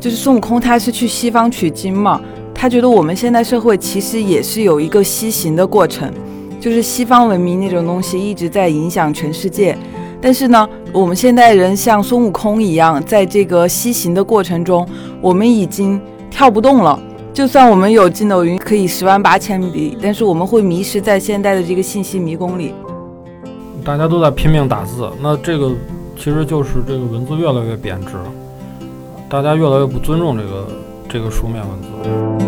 就是孙悟空他是去西方取经嘛，他觉得我们现代社会其实也是有一个西行的过程，就是西方文明那种东西一直在影响全世界，但是呢我们现代人像孙悟空一样，在这个西行的过程中我们已经跳不动了，就算我们有筋斗云可以10万8千里，但是我们会迷失在现代的这个信息迷宫里。 大家都在拼命打字，那这个其实就是这个文字越来越贬值，大家越来越不尊重这个书面文字。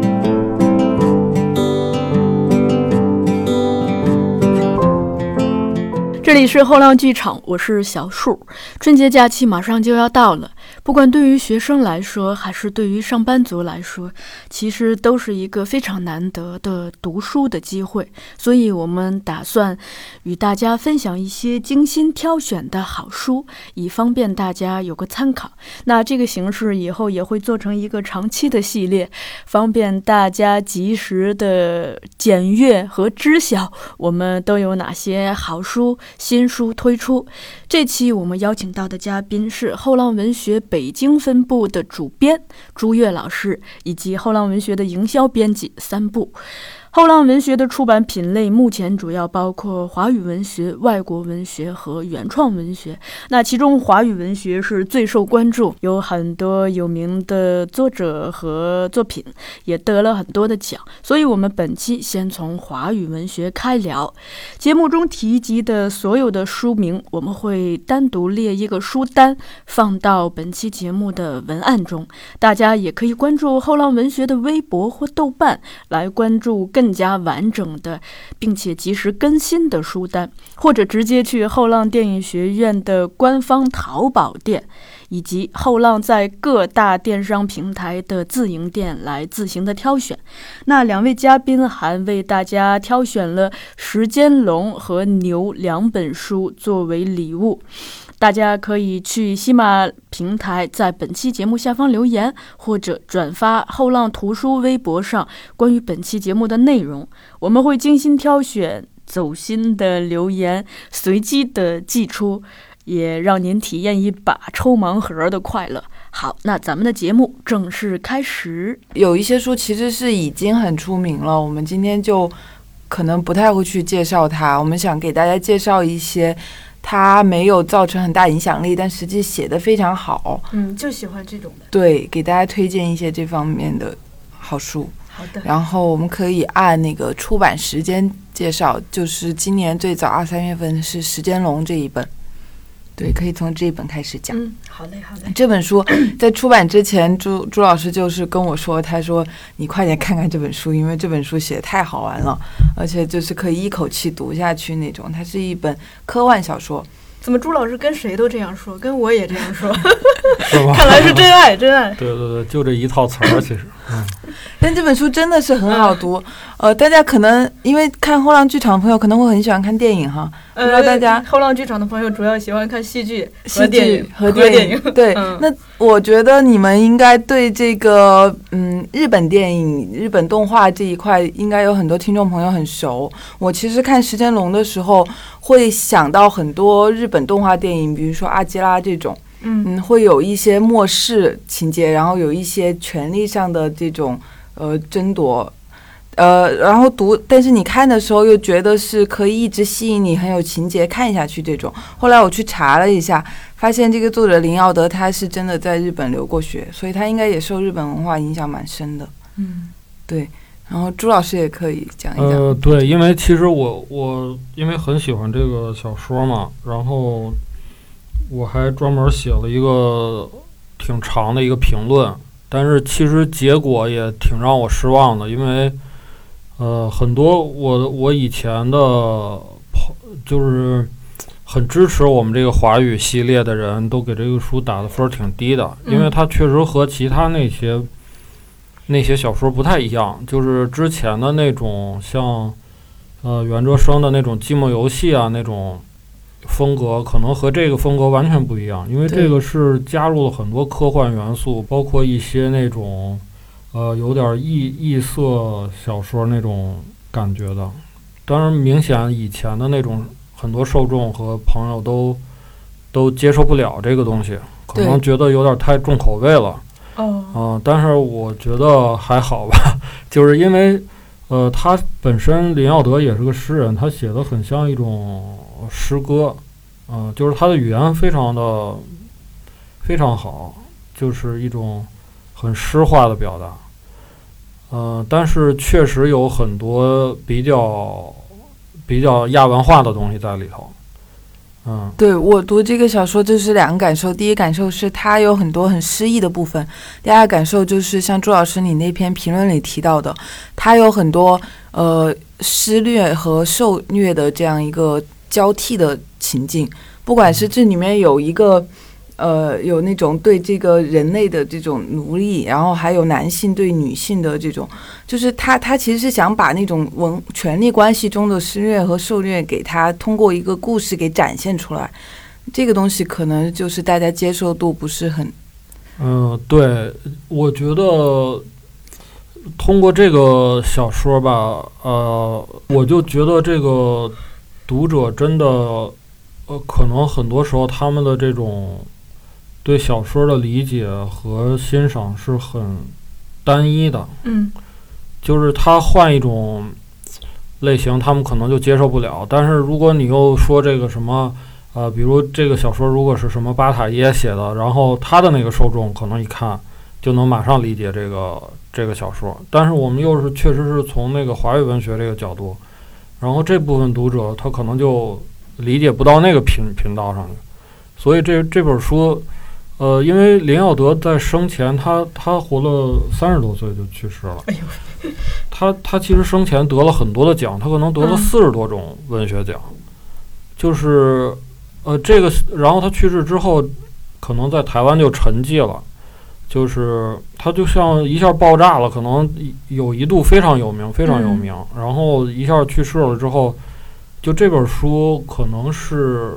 这里是后浪剧场，我是小树。春节假期马上就要到了，不管对于学生来说还是对于上班族来说，其实都是一个非常难得的读书的机会，所以我们打算与大家分享一些精心挑选的好书，以方便大家有个参考。那这个形式以后也会做成一个长期的系列，方便大家及时的检阅和知晓我们都有哪些好书新书推出。这期我们邀请到的嘉宾是后浪文学北京分部的主编朱越老师，以及后浪文学的营销编辑三部。后浪文学的出版品类目前主要包括华语文学、外国文学和原创文学。那其中华语文学是最受关注，有很多有名的作者和作品，也得了很多的奖。所以我们本期先从华语文学开聊。节目中提及的所有的书名，我们会单独列一个书单放到本期节目的文案中。大家也可以关注后浪文学的微博或豆瓣，来关注更加完整的并且及时更新的书单，或者直接去后浪电影学院的官方淘宝店，以及后浪在各大电商平台的自营店来自行的挑选。那两位嘉宾还为大家挑选了时间龙和牛2本书作为礼物，大家可以去喜马平台在本期节目下方留言，或者转发后浪图书微博上关于本期节目的内容，我们会精心挑选走心的留言，随机的寄出，也让您体验一把抽盲盒的快乐。好，那咱们的节目正式开始。 有一些书其实是已经很出名了，我们今天就可能不太会去介绍它，我们想给大家介绍一些它没有造成很大影响力，但实际写得非常好。 就喜欢这种的。 对，给大家推荐一些这方面的好书。 好的。 然后我们可以按那个出版时间介绍，就是今年最早2、3月份是时间龙这一本。对，可以从这一本开始讲。 好嘞，好嘞。 这本书在出版之前，朱老师就是跟我说，他说你快点看看这本书，因为这本书写得太好玩了，而且就是可以一口气读下去那种。它是一本科幻小说。 怎么朱老师跟谁都这样说，跟我也这样说？看来是真爱，真爱。 对对对，就这一套词儿，其实。 但这本书真的是很好读。大家可能因为看后浪剧场的朋友可能会很喜欢看电影哈。不知道大家后浪剧场的朋友主要喜欢看戏剧和电影。对， 那我觉得你们应该对这个日本电影、日本动画这一块应该有很多听众朋友很熟。我其实看时间龙的时候会想到很多日本动画电影，比如说阿基拉这种。会有一些末世情节，然后有一些权力上的这种争夺，然后但是你看的时候又觉得是可以一直吸引你，很有情节看下去这种。后来我去查了一下，发现这个作者林耀德他是真的在日本留过学，所以他应该也受日本文化影响蛮深的。对。然后朱老师也可以讲一讲。 对，因为其实我因为很喜欢这个小说嘛，然后我还专门写了一个挺长的一个评论，但是其实结果也挺让我失望的，因为很多我以前的就是很支持我们这个华语系列的人都给这个书打的分挺低的，因为它确实和其他那些小说不太一样，就是之前的那种像袁哲生的那种寂寞游戏啊那种风格可能和这个风格完全不一样，因为这个是加入了很多科幻元素，包括一些那种有点异色小说那种感觉的。当然明显以前的那种很多受众和朋友都接受不了这个东西，可能觉得有点太重口味了。 但是我觉得还好吧，就是因为他本身林耀德也是个诗人，他写的很像一种诗歌，就是他的语言非常好，就是一种很诗化的表达。但是确实有很多比较亚文化的东西在里头。 对，我读这个小说就是两个感受，第一感受是它有很多很诗意的部分，第二感受就是像朱老师你那篇评论里提到的，它有很多施虐和受虐的这样一个交替的情境，不管是这里面有一个有那种对这个人类的这种奴隶，然后还有男性对女性的这种，就是他其实是想把那种权力关系中的施虐和受虐给他通过一个故事给展现出来，这个东西可能就是大家接受度不是很对，我觉得通过这个小说吧，我就觉得这个读者真的可能很多时候他们的这种对小说的理解和欣赏是很单一的，就是他换一种类型他们可能就接受不了，但是如果你又说这个什么比如这个小说如果是什么巴塔耶写的，然后他的那个受众可能一看就能马上理解这个小说，但是我们又是确实是从那个华语文学这个角度，然后这部分读者他可能就理解不到那个频道上去，所以这本书因为林耀德在生前他活了30多岁就去世了，他其实生前得了很多的奖，他可能得了40多种文学奖，就是这个，然后他去世之后可能在台湾就沉寂了，就是他就像一下爆炸了，可能有一度非常有名，然后一下去世了之后，就这本书可能是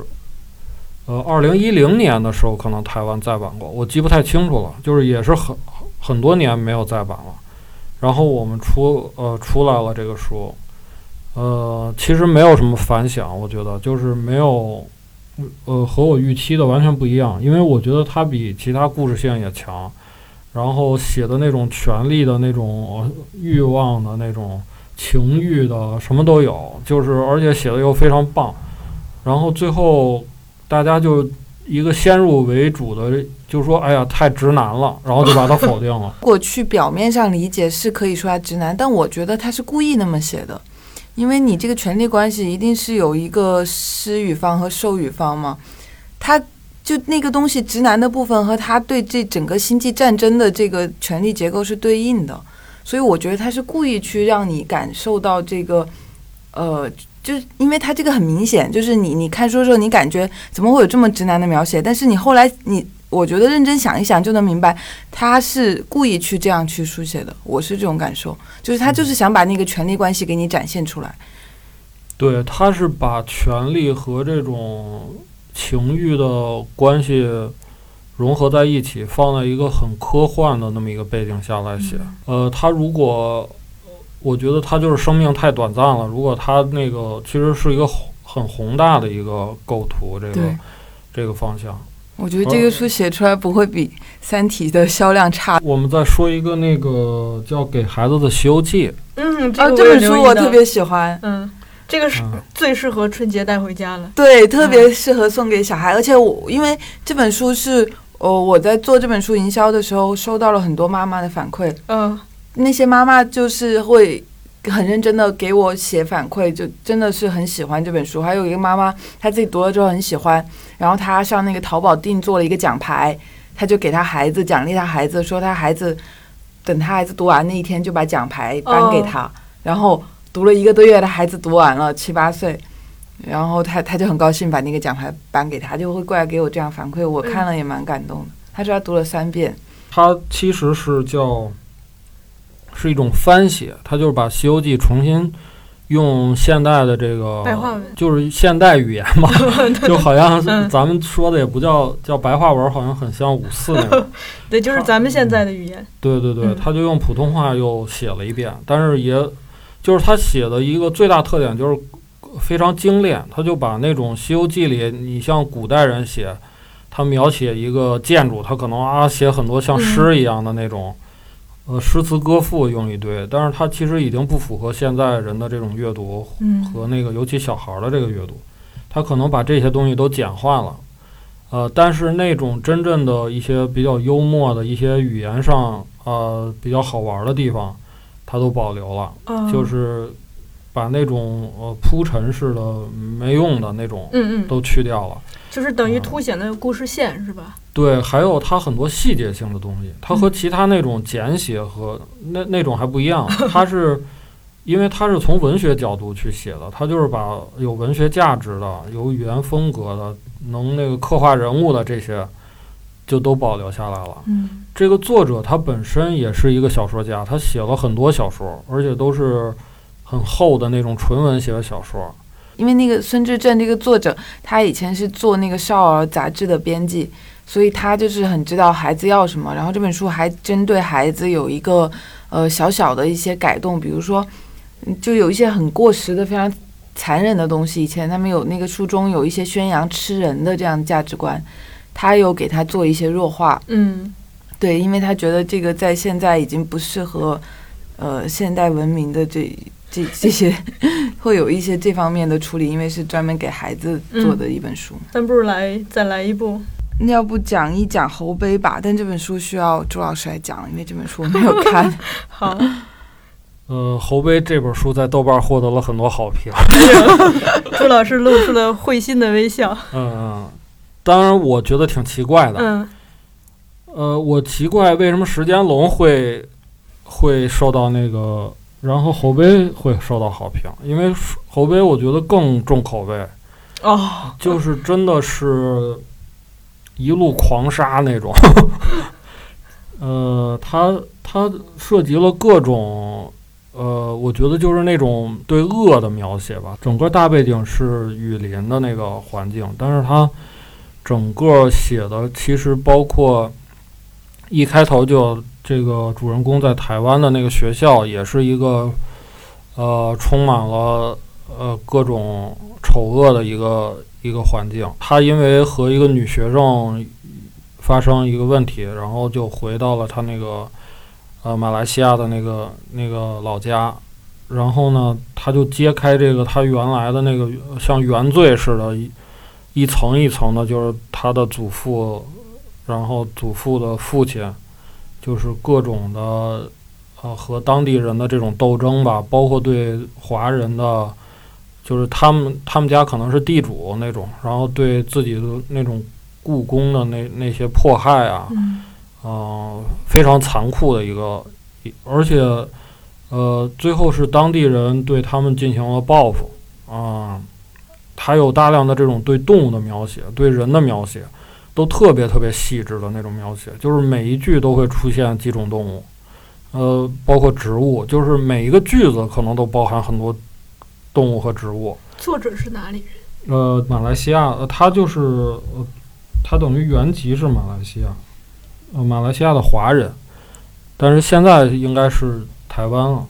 2010年的时候可能台湾再版过，我记不太清楚了，就是也是很多年没有再版了，然后我们出来了这个书，其实没有什么反响，我觉得就是没有和我预期的完全不一样，因为我觉得它比其他故事性也强，然后写的那种权力的那种欲望的那种情欲的什么都有，就是而且写的又非常棒，然后最后大家就一个先入为主的就说哎呀太直男了，然后就把它否定了。 如果去表面上理解是可以说他直男，但我觉得他是故意那么写的，因为你这个权力关系一定是有一个施予方和受予方嘛，他就那个东西直男的部分和他对这整个星际战争的这个权力结构是对应的，所以我觉得他是故意去让你感受到这个就是因为他这个很明显，就是你看书的时候你感觉怎么会有这么直男的描写，但是你后来我觉得认真想一想就能明白他是故意去这样去书写的，我是这种感受，就是他就是想把那个权力关系给你展现出来。 对，他是把权力和这种情欲的关系融合在一起，放在一个很科幻的那么一个背景下来写。他如果我觉得他就是生命太短暂了，如果他那个其实是一个很宏大的一个构图，这个方向， 我觉得这个书写出来不会比《三体》的销量差。 我们再说一个那个叫《给孩子的西游记》。 这本书我特别喜欢。 这个是最适合春节带回家了。 对，特别适合送给小孩，而且因为这本书是我在做这本书营销的时候收到了很多妈妈的反馈。那些妈妈就是会很认真的给我写反馈，就真的是很喜欢这本书。还有一个妈妈她自己读了之后很喜欢，然后她上那个淘宝订做了一个奖牌，她就给她孩子奖励她孩子，说她孩子等她孩子读完那一天就把奖牌颁给她，然后读了1个多月的孩子读完了7、8岁，然后他就很高兴把那个奖牌颁给他，就会过来给我这样反馈，我看了也蛮感动的。他说他读了3遍。 他其实是一种翻写，他就是把《西游记》重新用现代的这个白话文， 就是现代语言嘛，就好像咱们说的也不叫白话文，好像很像54那种。 对，就是咱们现在的语言。 对对对，他就用普通话又写了一遍，但是也就是他写的一个最大特点就是非常精炼，他就把那种《西游记》里你像古代人写， 他描写一个建筑，他可能写很多像诗一样的那种，诗词歌赋用一堆，但是他其实已经不符合现在人的这种阅读和那个尤其小孩的这个阅读，他可能把这些东西都简化了。但是那种真正的一些比较幽默的一些语言上比较好玩的地方，它都保留了，就是把那种铺陈式的没用的那种都去掉了， 就是等于凸显那个故事线，是吧？ 对，还有它很多细节性的东西，它和其他那种简写和那种还不一样，它是因为它是从文学角度去写的，它就是把有文学价值的、有语言风格的、能那个刻画人物的这些，就都保留下来了。这个作者他本身也是一个小说家，他写了很多小说，而且都是很厚的那种纯文学小说。 因为那个孙志正这个作者，他以前是做那个少儿杂志的编辑，所以他就是很知道孩子要什么。然后这本书还针对孩子有一个小小的一些改动，比如说就有一些很过时的非常残忍的东西，以前他们有那个书中有一些宣扬吃人的这样的价值观，他有给他做一些弱化。对，因为他觉得这个在现在已经不适合现代文明的这些会有一些这方面的处理，因为是专门给孩子做的一本书。 那不如再来一部， 要不讲一讲侯碑吧，但这本书需要朱老师来讲，因为这本书我没有看。 好。 侯碑这本书在豆瓣获得了很多好评。 朱老师露出了会心的微笑。 当然我觉得挺奇怪的。我奇怪为什么时间龙会受到那个，然后侯碑会受到好评，因为侯碑我觉得更重口味。就是真的是一路狂杀那种。它涉及了各种我觉得就是那种对恶的描写吧。整个大背景是雨林的那个环境，但是它整个写的其实包括一开头就这个主人公在台湾的那个学校，也是一个充满了各种丑恶的一个环境。他因为和一个女学生发生一个问题，然后就回到了他那个马来西亚的那个老家，然后呢他就揭开这个他原来的那个像原罪似的一层一层的，就是他的祖父，然后祖父的父亲，就是各种的和当地人的这种斗争吧，包括对华人的，就是他们家可能是地主那种，然后对自己的那种故宫的那些迫害啊，非常残酷的一个，而且最后是当地人对他们进行了报复还有大量的这种对动物的描写，对人的描写，都特别特别细致的那种描写，就是每一句都会出现几种动物，包括植物，就是每一个句子可能都包含很多动物和植物。 作者是哪里人？ 马来西亚，他就是他等于原籍是马来西亚，马来西亚的华人，但是现在应该是台湾了。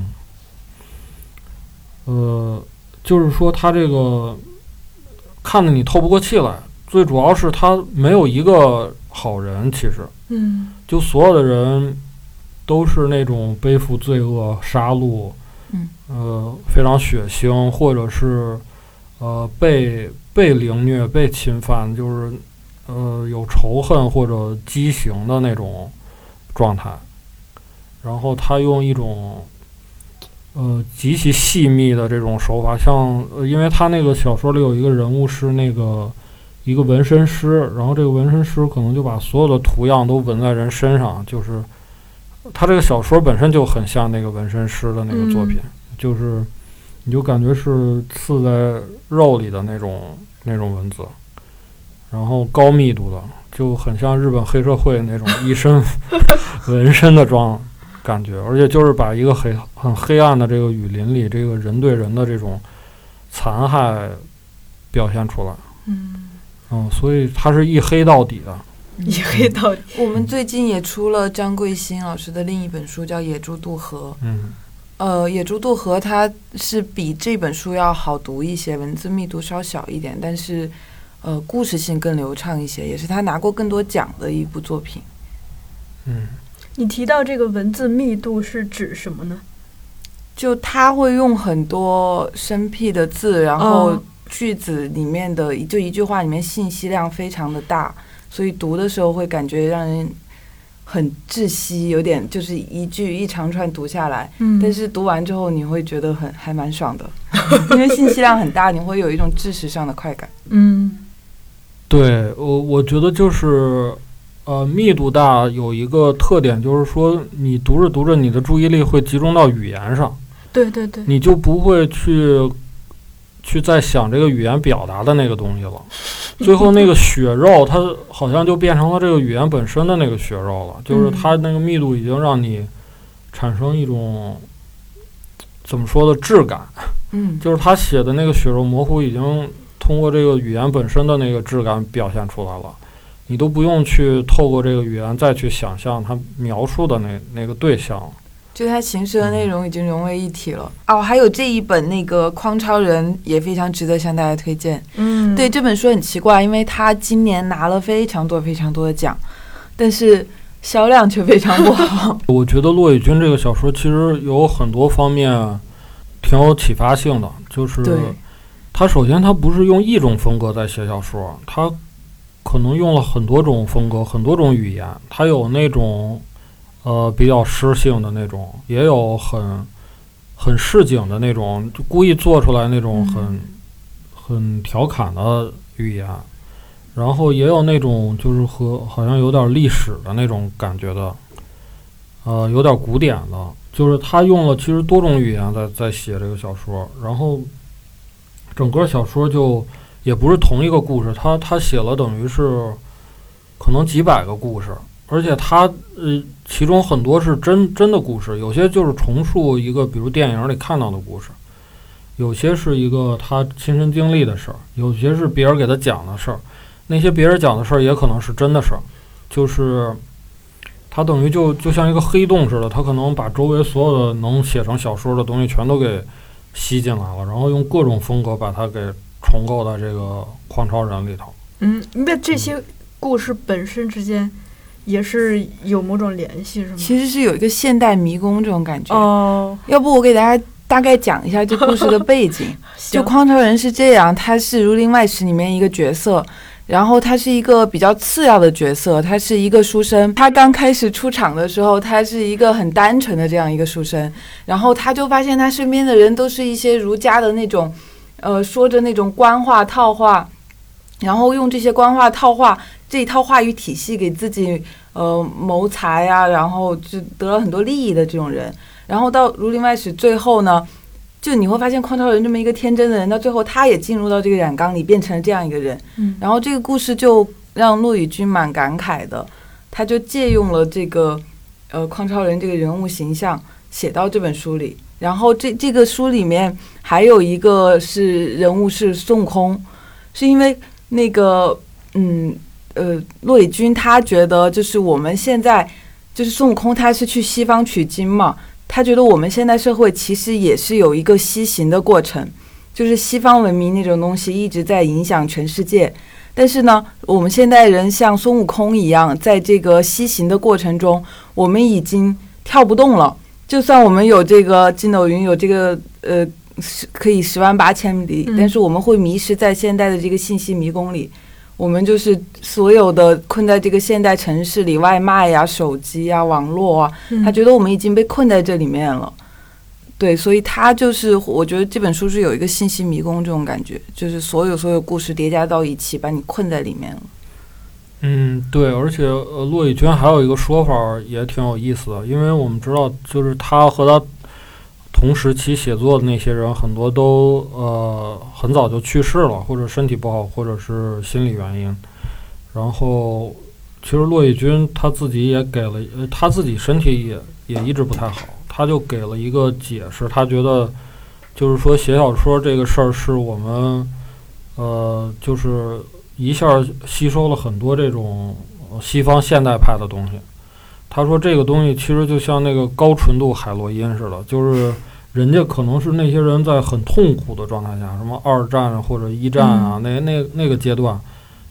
就是说他这个看得你透不过气来，最主要是他没有一个好人，其实就所有的人都是那种背负罪恶、杀戮，非常血腥，或者是被凌虐、被侵犯，就是有仇恨或者畸形的那种状态。然后他用一种极其细密的这种手法，像因为他那个小说里有一个人物是一个纹身师，然后这个纹身师可能就把所有的图样都纹在人身上，就是他这个小说本身就很像那个纹身师的那个作品，就是你就感觉是刺在肉里的那种文字，然后高密度的，就很像日本黑社会那种一身纹身的感觉，而且就是把一个很黑暗的这个雨林里这个人对人的这种残害表现出来。所以它是一黑到底的。 一黑到底。 我们最近也出了张桂兴老师的另一本书，叫《野猪渡河》。野猪渡河它是比这本书要好读一些，文字密度稍小一点，但是故事性更流畅一些，也是他拿过更多奖的一部作品。 你提到这个文字密度是指什么呢？ 就他会用很多生僻的字，然后句子里面的就一句话里面信息量非常的大，所以读的时候会感觉让人很窒息，有点就是一句一长串读下来，但是读完之后你会觉得还蛮爽的，因为信息量很大，你会有一种知识上的快感。 对，我觉得就是密度大有一个特点，就是说你读着读着你的注意力会集中到语言上， 对对对， 你就不会去再想这个语言表达的那个东西了，最后那个血肉它好像就变成了这个语言本身的那个血肉了，就是它那个密度已经让你产生一种怎么说的质感，就是他写的那个血肉模糊已经通过这个语言本身的那个质感表现出来了，你都不用去透过这个语言再去想象他描述的那个对象了， 就它形式和内容已经融为一体了。还有这一本那个《匡超人》也非常值得向大家推荐。对，这本书很奇怪，因为它今年拿了非常多的奖，但是销量却非常不好。 我觉得骆以军这个小说其实有很多方面挺有启发性的，就是他首先他不是用一种风格在写小说，他可能用了很多种风格，很多种语言，他有那种比较诗性的那种，也有很市井的那种，就故意做出来那种很调侃的语言，然后也有那种就是好像有点历史的那种感觉的，有点古典的，就是他用了其实多种语言在写这个小说，然后整个小说就也不是同一个故事，他写了等于是可能几百个故事，而且他其中很多是真的故事，有些就是重述一个比如电影里看到的故事，有些是一个他亲身经历的事儿，有些是别人给他讲的事儿，那些别人讲的事儿也可能是真的事儿，就是他等于就像一个黑洞似的，他可能把周围所有的能写成小说的东西全都给吸进来了，然后用各种风格把它给重构到这个匡超人里头。 那这些故事本身之间也是有某种联系，是吗？ 其实是有一个现代迷宫这种感觉。要不我给大家大概讲一下这故事的背景。就匡超人是这样，他是《儒林外史》里面一个角色，然后他是一个比较次要的角色，他是一个书生。他刚开始出场的时候，他是一个很单纯的这样一个书生，然后他就发现他身边的人都是一些儒家的那种说着那种官话套话，然后用这些官话套话这一套话语体系给自己谋财啊，然后就得了很多利益的这种人。然后到《儒林外史》最后呢，就你会发现匡超人这么一个天真的人，到最后他也进入到这个染缸里，变成了这样一个人。然后这个故事就让骆以军蛮感慨的，他就借用了这个匡超人这个人物形象写到这本书里。然后这个书里面还有一个人物是孙悟空，是因为那个骆以军他觉得就是我们现在就是孙悟空他是去西方取经嘛，他觉得我们现代社会其实也是有一个西行的过程，就是西方文明那种东西一直在影响全世界，但是呢我们现代人像孙悟空一样，在这个西行的过程中我们已经跳不动了，就算我们有这个筋斗云，有这个可以10万8千里，但是我们会迷失在现代的这个信息迷宫里，我们就是所有的困在这个现代城市里，外卖呀、手机呀、网络啊，他觉得我们已经被困在这里面了。对，所以他就是我觉得这本书是有一个信息迷宫这种感觉，就是所有故事叠加到一起，把你困在里面了。 对，而且骆以军还有一个说法也挺有意思的，因为我们知道就是他和他同时期写作的那些人很多都很早就去世了，或者身体不好，或者是心理原因。然后其实骆以军他自己也给了他自己身体也一直不太好，他就给了一个解释，他觉得就是说写小说这个事儿是我们就是一下吸收了很多这种西方现代派的东西。他说这个东西其实就像那个高纯度海洛因似的，就是人家可能是那些人在很痛苦的状态下，什么2战或者1战啊，那个阶段，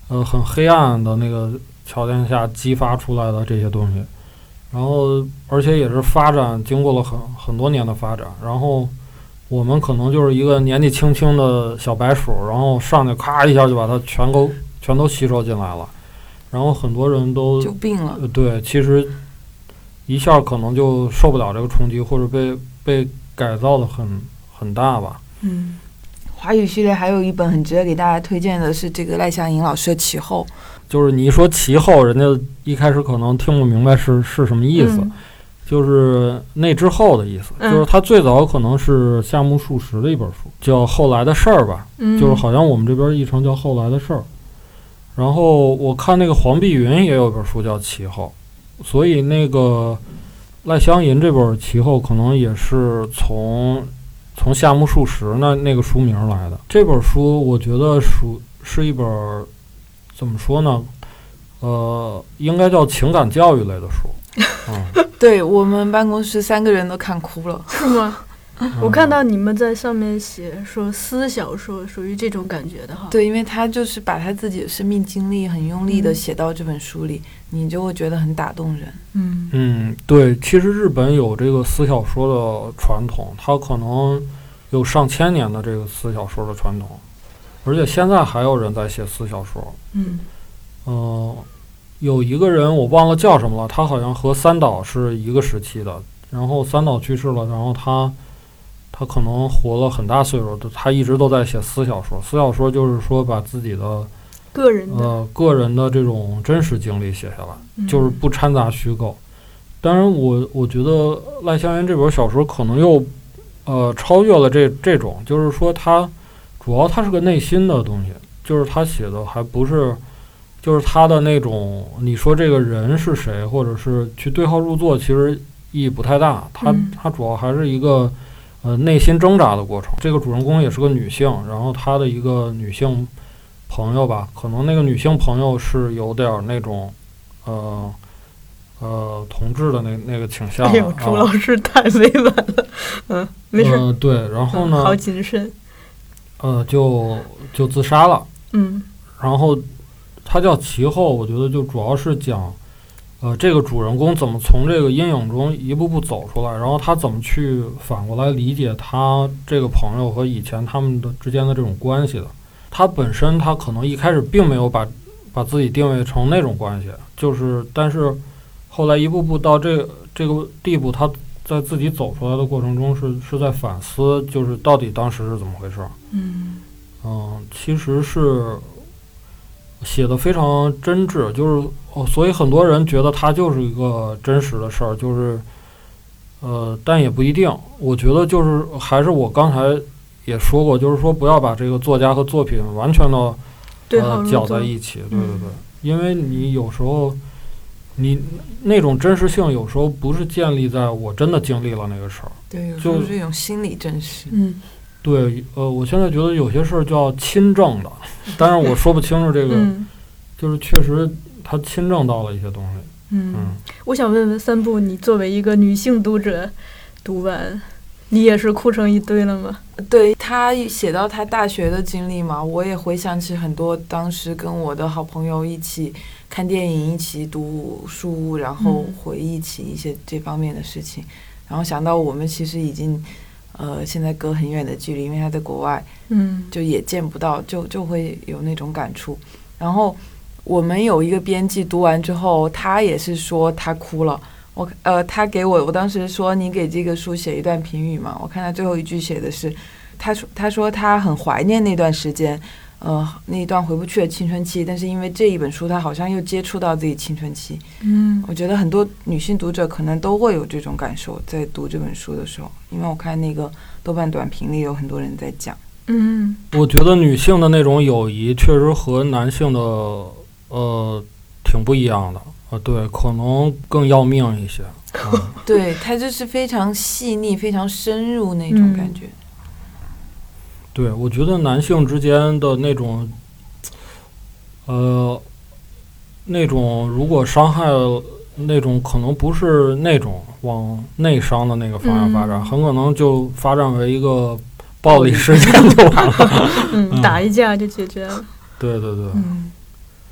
很黑暗的那个条件下激发出来的这些东西，然后而且也是发展经过了很多年的发展，然后我们可能就是一个年纪轻轻的小白鼠，然后上去咔一下就把它全都吸收进来了，然后很多人都就病了。 对，其实一下可能就受不了这个冲击，或者被改造的很大吧。 华语系列还有一本很值得给大家推荐的是这个赖香吟老师的《其后》。 就是你一说其后，人家一开始可能听不明白是什么意思，就是那之后的意思，就是他最早可能是夏目漱石的一本书，叫《后来的事儿》吧，就是好像我们这边译成叫《后来的事儿》。然后我看那个黄碧云也有一本书叫《其后》，所以那个赖香吟这本《其后》可能也是从夏目漱石那个书名来的。这本书我觉得是一本怎么说呢？应该叫情感教育类的书。 对，我们办公室3个人都看哭了。 是吗？我看到你们在上面写说私小说属于这种感觉的哈。 对，因为他就是把他自己的生命经历很用力的写到这本书里，你就会觉得很打动人。 对，其实日本有这个私小说的传统，它可能有上千年的这个私小说的传统，而且现在还有人在写私小说。有一个人我忘了叫什么了，他好像和三岛是一个时期的，然后三岛去世了，然后他可能活了很大岁数，他一直都在写私小说。私小说就是说把自己的个人的这种真实经历写下来，就是不掺杂虚构。当然我觉得赖香吟这本小说可能又超越了这种，就是说它主要它是个内心的东西，就是他写的还不是就是他的那种你说这个人是谁或者是去对号入座，其实意义不太大。他主要还是一个内心挣扎的过程。这个主人公也是个女性，然后她的一个女性朋友吧，可能那个女性朋友是有点那种同志的那个倾向。 哎呦，朱老师太委婉了。没事。 对，然后呢？ 好谨慎。 就自杀了。然后他叫其后，我觉得就主要是讲这个主人公怎么从这个阴影中一步步走出来，然后他怎么去反过来理解他这个朋友和以前他们之间的这种关系的。他本身他可能一开始并没有把自己定位成那种关系，但是后来一步步到这个地步，他在自己走出来的过程中是在反思，就是到底当时是怎么回事。其实是写的非常真挚，就是所以很多人觉得它就是一个真实的事儿，就是但也不一定。我觉得就是还是我刚才也说过，就是说不要把这个作家和作品完全的搅在一起。对，因为你有时候你那种真实性有时候不是建立在我真的经历了那个事儿， 对，有时候是一种心理真实。 对，我现在觉得有些事儿叫亲证的，当然我说不清楚这个，就是确实他亲证到了一些东西。 我想问问三部，你作为一个女性读者，读完你也是哭成一堆了吗？ 对，他写到他大学的经历嘛，我也回想起很多当时跟我的好朋友一起看电影，一起读书，然后回忆起一些这方面的事情，然后想到我们其实已经现在隔很远的距离，因为他在国外，就也见不到，就会有那种感触。然后我们有一个编辑读完之后，他也是说他哭了。他给我当时说你给这个书写一段评语嘛，我看他最后一句写的是，他说他很怀念那段时间，那一段回不去的青春期，但是因为这一本书他好像又接触到自己青春期。我觉得很多女性读者可能都会有这种感受，在读这本书的时候，因为我看那个豆瓣短评里有很多人在讲。 我觉得女性的那种友谊确实和男性的挺不一样的。对，可能更要命一些。 对，它就是非常细腻非常深入那种感觉。 对，我觉得男性之间的那种那种如果伤害那种可能不是那种往内伤的那个方向发展，很可能就发展为一个暴力事件就完了。 打一架就解决了。 对。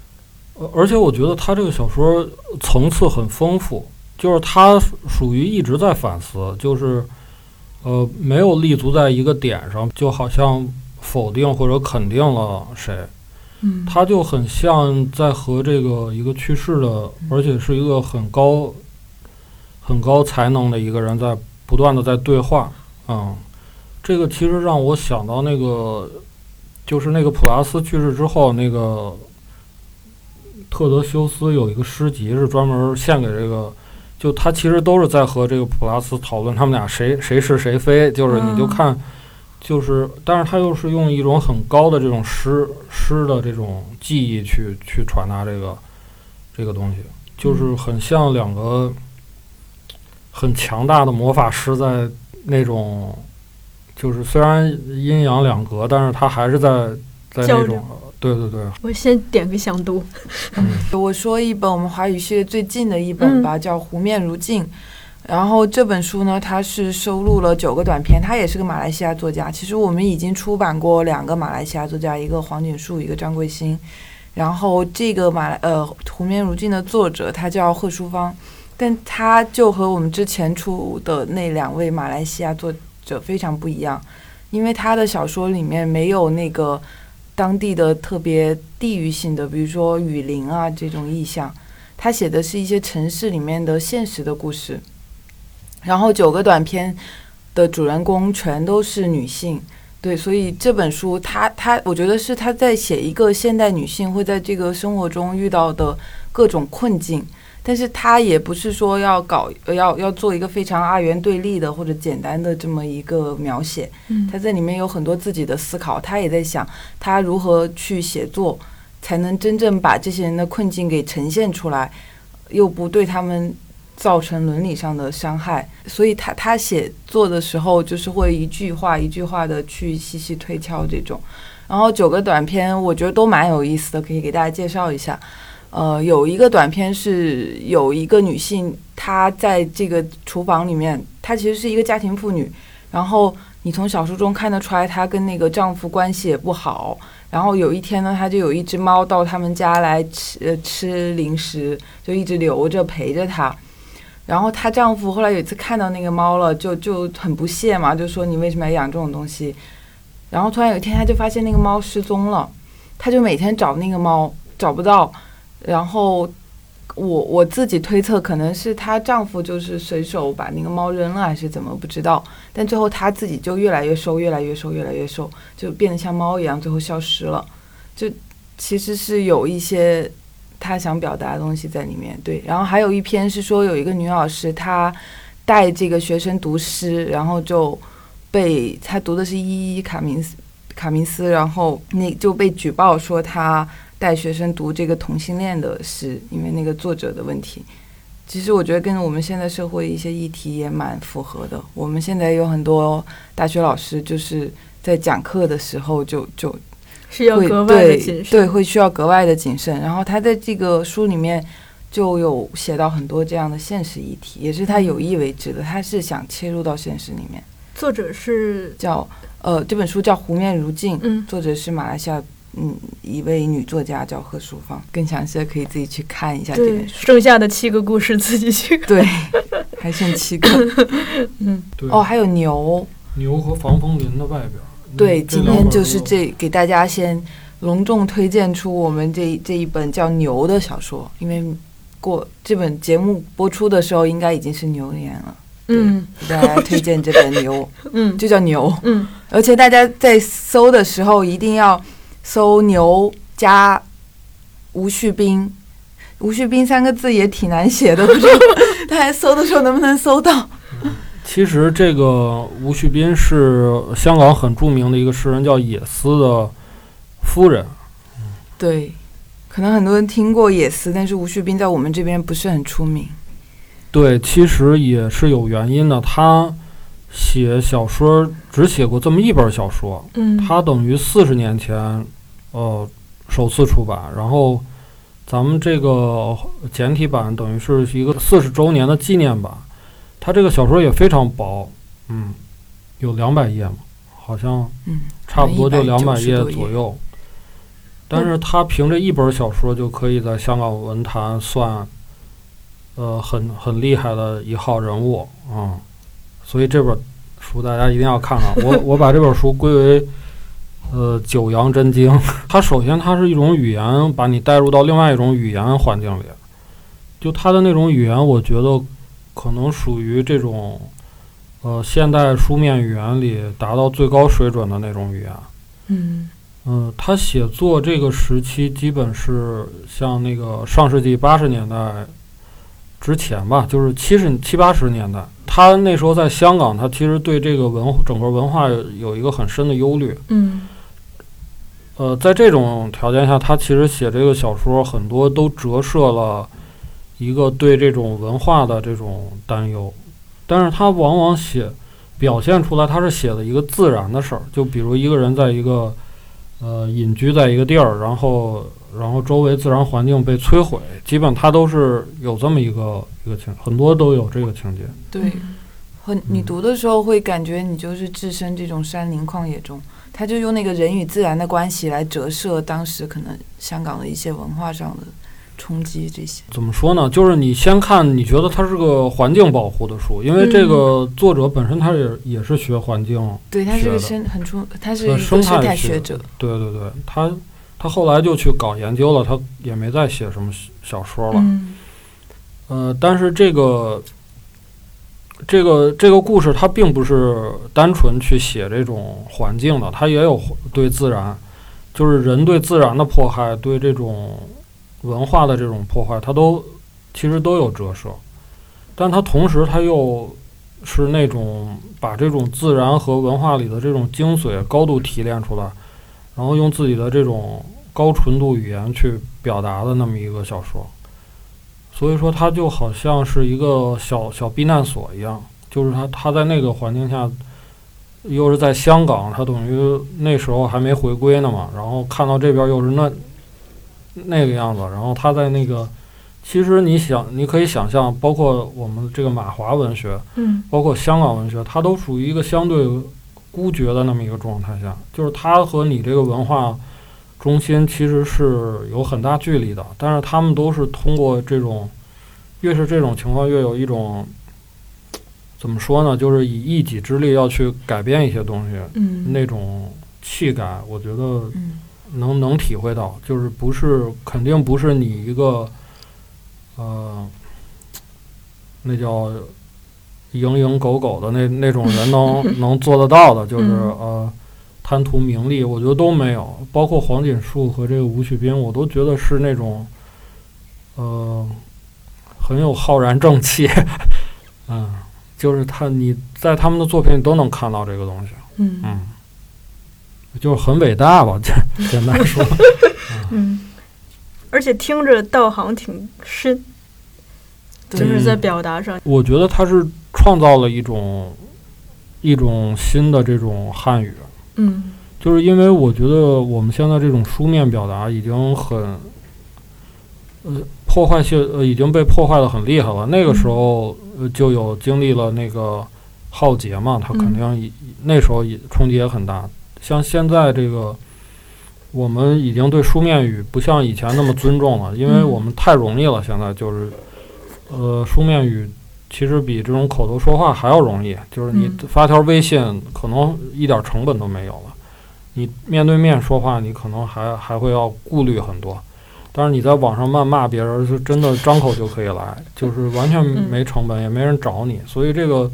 而且我觉得他这个小说层次很丰富，就是他属于一直在反思，就是没有立足在一个点上，就好像否定或者肯定了谁。他就很像在和这个一个去世的，而且是一个很高才能的一个人在不断的在对话。这个其实让我想到那个，就是那个普拉斯去世之后，那个特德修斯有一个诗集是专门献给这个，就他其实都是在和这个普拉斯讨论他们俩谁是谁非，就是你就看，就是但是他又是用一种很高的这种诗的这种技艺去传达这个东西，就是很像两个很强大的魔法师在那种，就是虽然阴阳两隔，但是他还是在那种。对， 我先点个详读。 我说一本我们华语系列最近的一本吧，叫《湖面如镜》。然后这本书呢，它是收录了9个短篇，他也是个马来西亚作家。其实我们已经出版过2个马来西亚作家，一个黄锦树，一个张桂兴。然后这个《湖面如镜》的作者他叫贺淑芳，但他就和我们之前出的那2位马来西亚作者非常不一样，因为他的小说里面没有那个当地的特别地域性的，比如说雨林啊这种意象，他写的是一些城市里面的现实的故事。然后9个短篇的主人公全都是女性，对，所以这本书我觉得是他在写一个现代女性会在这个生活中遇到的各种困境，但是他也不是说要做一个非常二元对立的或者简单的这么一个描写，他在里面有很多自己的思考，他也在想他如何去写作才能真正把这些人的困境给呈现出来，又不对他们造成伦理上的伤害，所以他写作的时候就是会一句话一句话的去细细推敲这种。然后9个短篇我觉得都蛮有意思的，可以给大家介绍一下。有一个短篇是有一个女性，她在这个厨房里面，她其实是一个家庭妇女，然后你从小说中看得出来她跟那个丈夫关系也不好，然后有一天呢，她就有一只猫到他们家来吃零食，就一直留着陪着她。然后她丈夫后来有一次看到那个猫了，就很不屑嘛，就说你为什么要养这种东西。然后突然有一天他就发现那个猫失踪了，他就每天找那个猫找不到，然后我自己推测可能是她丈夫就是随手把那个猫扔了还是怎么不知道，但最后她自己就越来越瘦，就变得像猫一样，最后消失了。就其实是有一些他想表达的东西在里面，对。然后还有一篇是说有一个女老师，她带这个学生读诗，然后就被她读的是伊伊卡明斯，然后就被举报说她带学生读这个同性恋的诗，因为那个作者的问题。其实我觉得跟我们现在社会一些议题也蛮符合的。我们现在有很多大学老师就是在讲课的时候是要格外的谨慎， 对，会需要格外的谨慎。然后他在这个书里面就有写到很多这样的现实议题，也是他有意为之的，他是想切入到现实里面。 作者是叫这本书叫《湖面如镜》，作者是马来西亚一位女作家叫贺淑芳，更详细的可以自己去看一下这本书。 剩下的7个故事自己去看。 对，还剩7个。 对。 还有牛和防风林的外边。 对，今天就是给大家先隆重推荐出我们这一本叫牛的小说，因为这本节目播出的时候应该已经是牛年了。给大家推荐这本牛，就叫牛。而且大家在搜的时候一定要搜牛加吴旭斌3个字也挺难写的，不知道大家搜的时候能不能搜到。 其实这个吴旭斌是香港很著名的一个诗人，叫野思的夫人。 对，可能很多人听过野思，但是吴旭斌在我们这边不是很出名。 对，其实也是有原因的。他写小说只写过这么一本小说，他等于40年前首次出版，然后咱们这个简体版等于是一个40周年的纪念版。他这个小说也非常薄，有200页嘛，好像差不多就200页左右。 但是他凭这一本小说就可以在香港文坛算很厉害的一号人物啊、所以这本书大家一定要看看。我把这本书归为九阳真经。它首先它是一种语言，把你带入到另外一种语言环境里，就它的那种语言我觉得可能属于这种现代书面语言里达到最高水准的那种语言。他写作这个时期基本是像那个上世纪80年代之前吧，就是70、80年代。他那时候在香港，他其实对这个整个文化有一个很深的忧虑。在这种条件下，他其实写这个小说很多都折射了一个对这种文化的这种担忧，但是他往往表现出来他是写的一个自然的事儿，就比如一个人在一个隐居在一个地儿，然后周围自然环境被摧毁，基本他都是有这么一个情，很多都有这个情节。 对，你读的时候会感觉你就是置身这种山林旷野中，他就用那个人与自然的关系来折射当时可能香港的一些文化上的冲击。这些怎么说呢，就是你先看你觉得它是个环境保护的书，因为这个作者本身他也是学环境， 对，他是个他是一个生态学者。对，他后来就去搞研究了，他也没再写什么小说了。但是这个故事它并不是单纯去写这种环境的，它也有对自然，就是人对自然的迫害，对这种文化的这种破坏，它其实都有折射。但它同时它又是那种把这种自然和文化里的这种精髓高度提炼出来，然后用自己的这种高纯度语言去表达的那么一个小说。所以说它就好像是一个小避难所一样，就是他在那个环境下，又是在香港，他等于那时候还没回归呢嘛，然后看到这边又是那个样子，然后他在那个，其实你可以想象，包括我们这个马华文学，包括香港文学，它都属于一个相对孤绝的那么一个状态下，就是它和你这个文化中心其实是有很大距离的，但是他们都是通过这种，越是这种情况越有一种怎么说呢，就是以一己之力要去改变一些东西，那种气概我觉得能体会到，就是肯定不是你一个那叫蝇营狗苟的那种人能做得到的，就是贪图名利，我觉得都没有。包括黄锦树和这个吴旭斌，我都觉得是那种很有浩然正气就是你在他们的作品里都能看到这个东西。就是很伟大吧，简单说。 而且听着道行挺深，就是在表达上， 我觉得他是创造了一种新的这种汉语。就是因为我觉得我们现在这种书面表达已经很破坏性，已经被破坏得很厉害了。那个时候就有经历了那个浩劫嘛，它肯定那时候冲击也很大。像现在这个，我们已经对书面语不像以前那么尊重了，因为我们太容易了。现在就是书面语其实比这种口头说话还要容易，就是你发条微信可能一点成本都没有了，你面对面说话你可能还会要顾虑很多，但是你在网上谩骂别人是真的张口就可以来，就是完全没成本，也没人找你，所以这个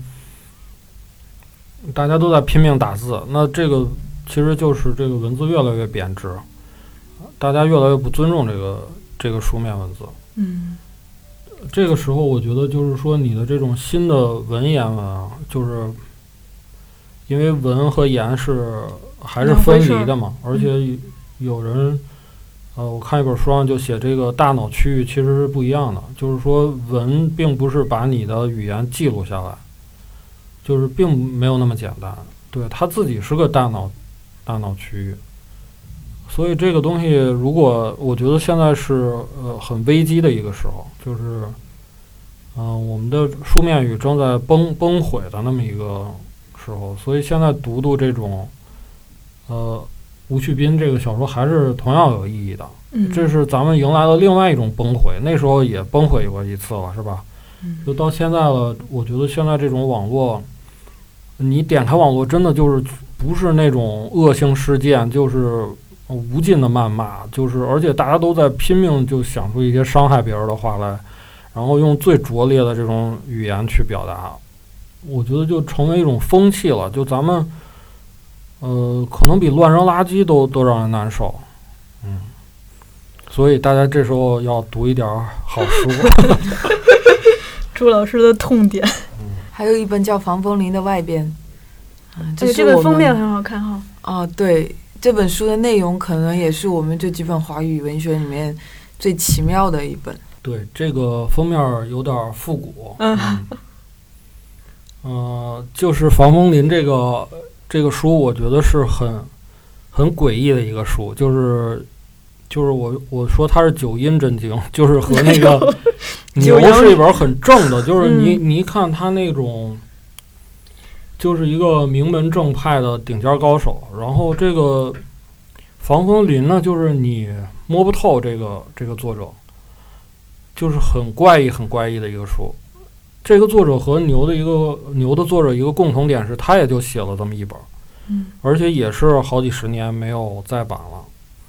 大家都在拼命打字，那这个其实就是这个文字越来越贬值，大家越来越不尊重这个书面文字。这个时候我觉得就是说你的这种新的文言文啊，就是因为文和言还是分离的嘛，而且有人我看一本书上就写这个大脑区域其实是不一样的，就是说文并不是把你的语言记录下来，就是并没有那么简单，对，它自己是个大脑区域。所以这个东西如果我觉得现在是很危机的一个时候，就是我们的书面语正在崩毁的那么一个时候，所以现在读这种吴旭斌这个小说还是同样有意义的。这是咱们迎来了另外一种崩溃，那时候也崩溃过一次了，是吧？就到现在了，我觉得现在这种网络，你点开网络真的就是不是那种恶性事件，就是无尽的谩骂，就是而且大家都在拼命就想出一些伤害别人的话来，然后用最拙劣的这种语言去表达，我觉得就成为一种风气了。就咱们可能比乱扔垃圾都让人难受。所以大家这时候要读一点好书。 朱老师的痛点。 还有一本叫《防风林的外边》， 这个封面很好看哈。 哦，对，这本书的内容可能也是我们这几本华语文学里面最奇妙的一本。 对，这个封面有点复古。就是《防风林》这个书，我觉得是很诡异的一个书，就是我说它是九阴真经，就是和那个牛是一本很正的，就是你一看它那种，就是一个名门正派的顶尖高手。然后这个防风林呢，就是你摸不透这个作者，就是很怪异的一个书。这个作者和牛的作者一个共同点是，他也就写了这么一本，而且也是好几十年没有再版了。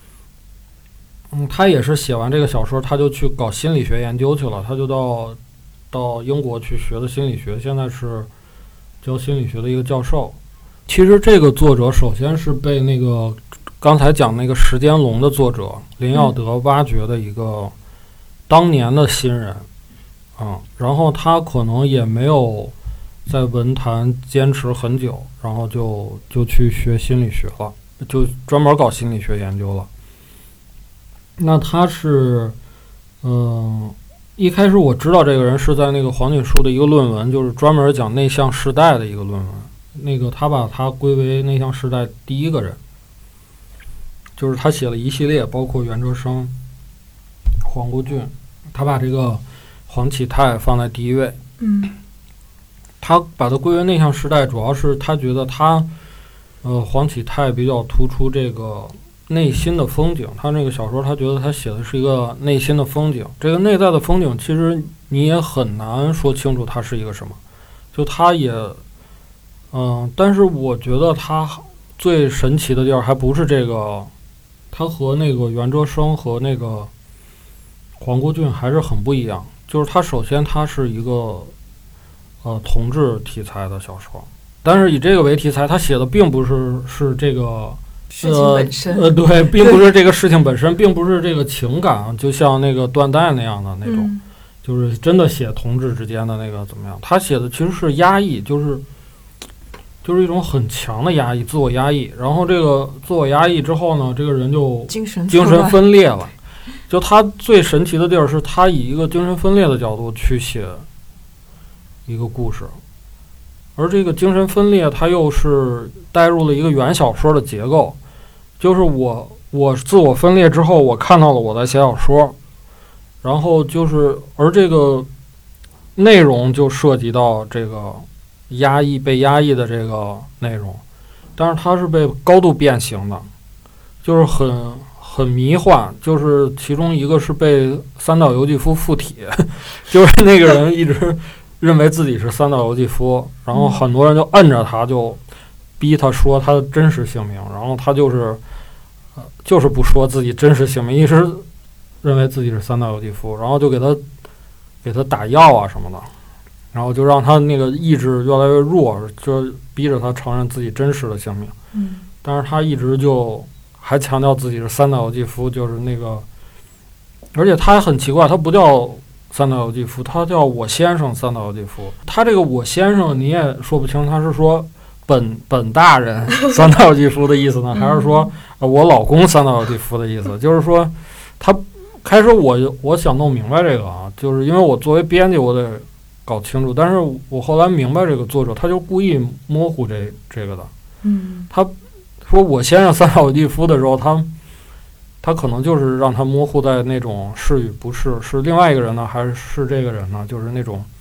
他也是写完这个小说，他就去搞心理学研究去了，他就到英国去学的心理学，现在是教心理学的一个教授。其实这个作者首先是被那个刚才讲那个时间龙的作者林耀德挖掘的一个当年的新人，然后他可能也没有在文坛坚持很久，然后就去学心理学了，就专门搞心理学研究了。那他是，一开始我知道这个人是在那个黄锦树的一个论文，就是专门讲内向世代的一个论文。那个他把他归为内向世代第一个人，就是他写了一系列，包括袁哲生、黄国俊，他把这个黄启泰放在第一位。他把他归为内向时代，主要是他觉得黄启泰比较突出这个内心的风景。他那个小说，他觉得他写的是一个内心的风景。这个内在的风景，其实你也很难说清楚它是一个什么。就他也，但是我觉得他最神奇的地儿还不是这个，他和那个袁哲生和那个黄国俊还是很不一样。就是他首先他是一个同志题材的小说，但是以这个为题材，他写的并不是这个事情本身， 对，并不是这个事情本身，并不是这个情感，就像那个断代那样的那种，就是真的写同志之间的那个怎么样。他写的其实是压抑，就是一种很强的压抑，自我压抑。然后这个自我压抑之后呢，这个人就精神分裂了。就他最神奇的地儿是，他以一个精神分裂的角度去写一个故事，而这个精神分裂，它又是带入了一个原小说的结构。就是我自我分裂之后，我看到了我在写小说，然后而这个内容就涉及到这个被压抑的这个内容，但是它是被高度变形的，就是很迷幻。就是其中一个是被三岛由纪夫附体，就是那个人一直认为自己是三岛由纪夫，然后很多人就摁着他，就逼他说他的真实姓名，然后他就是不说自己真实姓名，一直认为自己是三岛由纪夫，然后就给他打药啊什么的，然后就让他那个意志越来越弱，就逼着他承认自己真实的姓名。但是他一直就还强调自己是三岛由纪夫，就是那个，而且他很奇怪，他不叫三岛由纪夫，他叫我先生三岛由纪夫。他这个我先生你也说不清，他是说本大人三岛由纪夫的意思呢，还是说我老公三岛由纪夫的意思？就是说他开始我想弄明白这个啊，就是因为我作为编辑我得搞清楚，但是我后来明白这个作者他就故意模糊这个的。他说我先生三岛由纪夫的时候，他可能就是让他模糊在那种是与不是，是另外一个人呢，还是这个人呢？就是那种，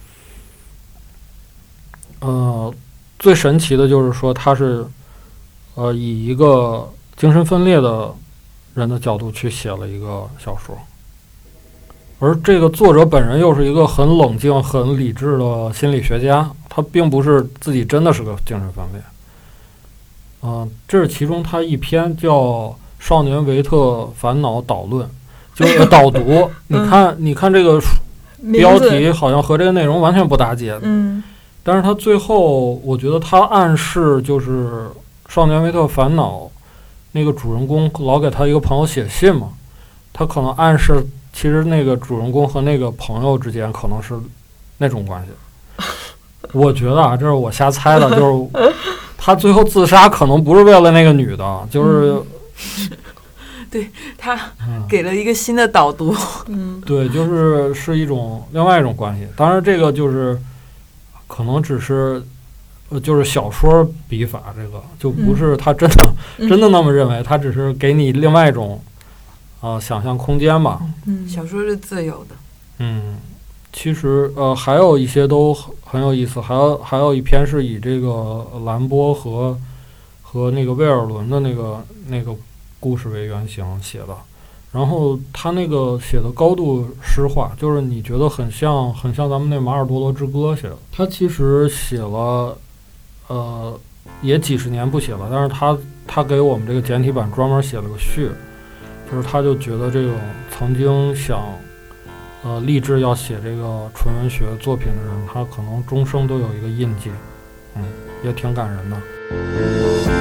最神奇的就是说他是，以一个精神分裂的人的角度去写了一个小说，而这个作者本人又是一个很冷静、很理智的心理学家，他并不是自己真的是个精神分裂。这是其中他一篇叫《少年维特烦恼导论》，就是导读。你看这个标题好像和这个内容完全不搭界。但是他最后我觉得他暗示就是《少年维特烦恼》那个主人公老给他一个朋友写信嘛，他可能暗示其实那个主人公和那个朋友之间可能是那种关系。我觉得这是我瞎猜的，就是他最后自杀可能不是为了那个女的，就是对，他给了一个新的导读。 对，是一种另外一种关系。当然这个就是可能只是就是小说笔法，这个就不是他真的那么认为，他只是给你另外一种想象空间吧。 小说是自由的。 其实还有一些都很有意思，还有一篇是以这个兰波和那个威尔伦的那个故事为原型写的，然后他那个写的高度诗化，就是你觉得很像咱们那《马尔多罗之歌》写的。他其实写了也几十年不写了，但是他给我们这个简体版专门写了个序，就是他就觉得这种曾经想立志要写这个纯文学作品的人，他可能终生都有一个印记，也挺感人的。